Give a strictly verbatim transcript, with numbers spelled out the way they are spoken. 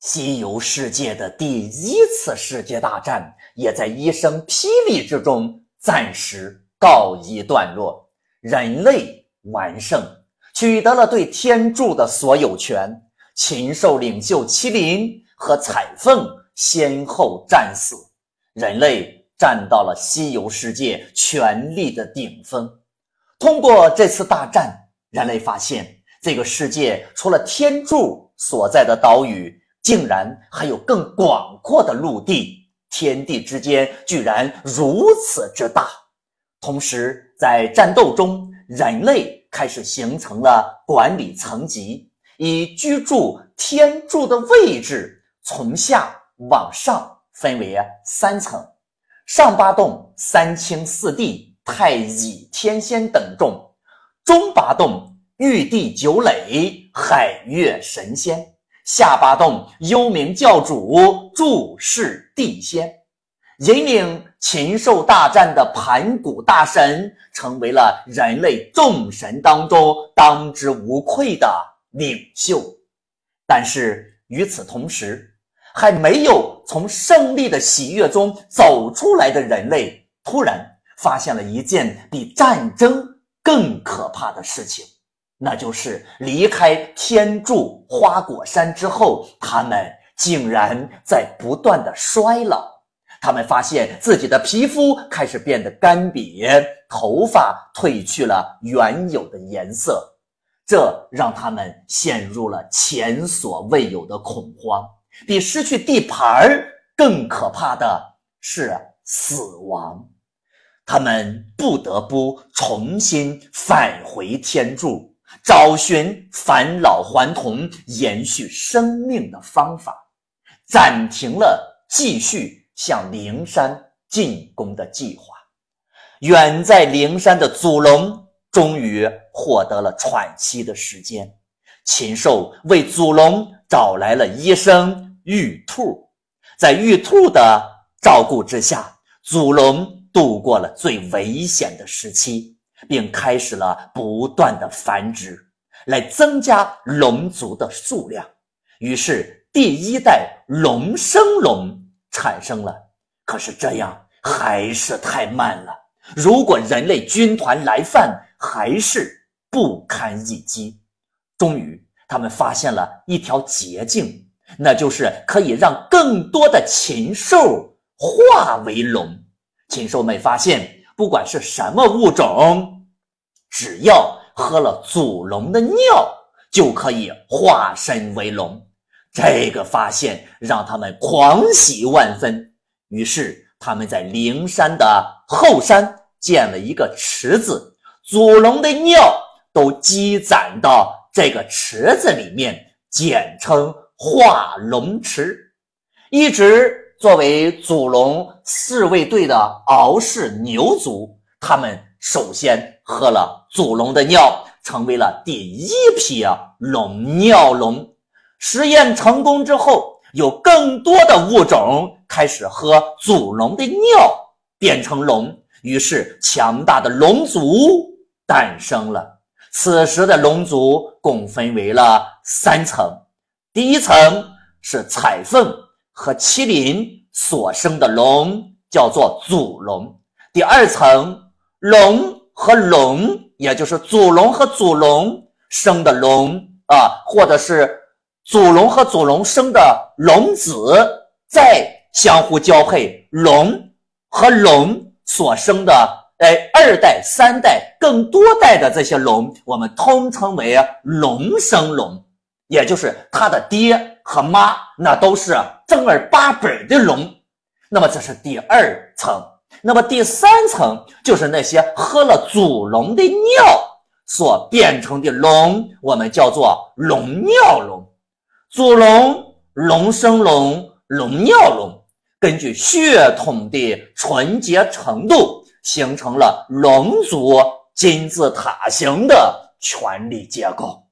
西游世界的第一次世界大战也在一声霹雳之中暂时告一段落，人类完胜，取得了对天柱的所有权。禽兽领袖麒麟和彩凤先后战死，人类站到了西游世界权力的顶峰。通过这次大战，人类发现这个世界除了天柱所在的岛屿，竟然还有更广阔的陆地，天地之间居然如此之大。同时在战斗中，人类开始形成了管理层级，以居住天柱的位置从下往上分为三层，上八洞三清四帝、太乙天仙等众，中八洞玉帝九磊、海月神仙，下八洞幽冥教主、注释地仙。引领禽兽大战的盘古大神成为了人类众神当中当之无愧的领袖。但是与此同时，还没有从胜利的喜悦中走出来的人类突然发现了一件比战争更可怕的事情，那就是离开天柱花果山之后，他们竟然在不断的衰老。他们发现自己的皮肤开始变得干瘪，头发褪去了原有的颜色，这让他们陷入了前所未有的恐慌。比失去地盘更可怕的是死亡。他们不得不重新返回天柱，找寻返老还童、延续生命的方法，暂停了继续向灵山进攻的计划。远在灵山的祖龙终于获得了喘息的时间，禽兽为祖龙找来了医生玉兔，在玉兔的照顾之下，祖龙度过了最危险的时期，并开始了不断的繁殖，来增加龙族的数量。于是第一代龙生龙产生了，可是这样还是太慢了，如果人类军团来犯，还是不堪一击。终于他们发现了一条捷径，那就是可以让更多的禽兽化为龙。禽兽们发现，不管是什么物种，只要喝了祖龙的尿，就可以化身为龙。这个发现让他们狂喜万分，于是他们在灵山的后山建了一个池子，祖龙的尿都积攒到这个池子里面，简称化龙池。一直作为祖龙侍卫队的敖氏牛族，他们首先喝了祖龙的尿，成为了第一批龙尿龙。实验成功之后，有更多的物种开始喝祖龙的尿，变成龙，于是强大的龙族诞生了。此时的龙族共分为了三层，第一层是彩凤和麒麟所生的龙，叫做祖龙。第二层，龙和龙，也就是祖龙和祖龙生的龙啊，或者是祖龙和祖龙生的龙子，再相互交配，龙和龙所生的哎，二代、三代、更多代的这些龙，我们通称为龙生龙，也就是他的爹和妈那都是正儿八本的龙。那么这是第二层。那么第三层就是那些喝了祖龙的尿所变成的龙，我们叫做龙尿龙。祖龙、龙生龙、龙尿龙，根据血统的纯洁程度，形成了龙族金字塔形的权力结构。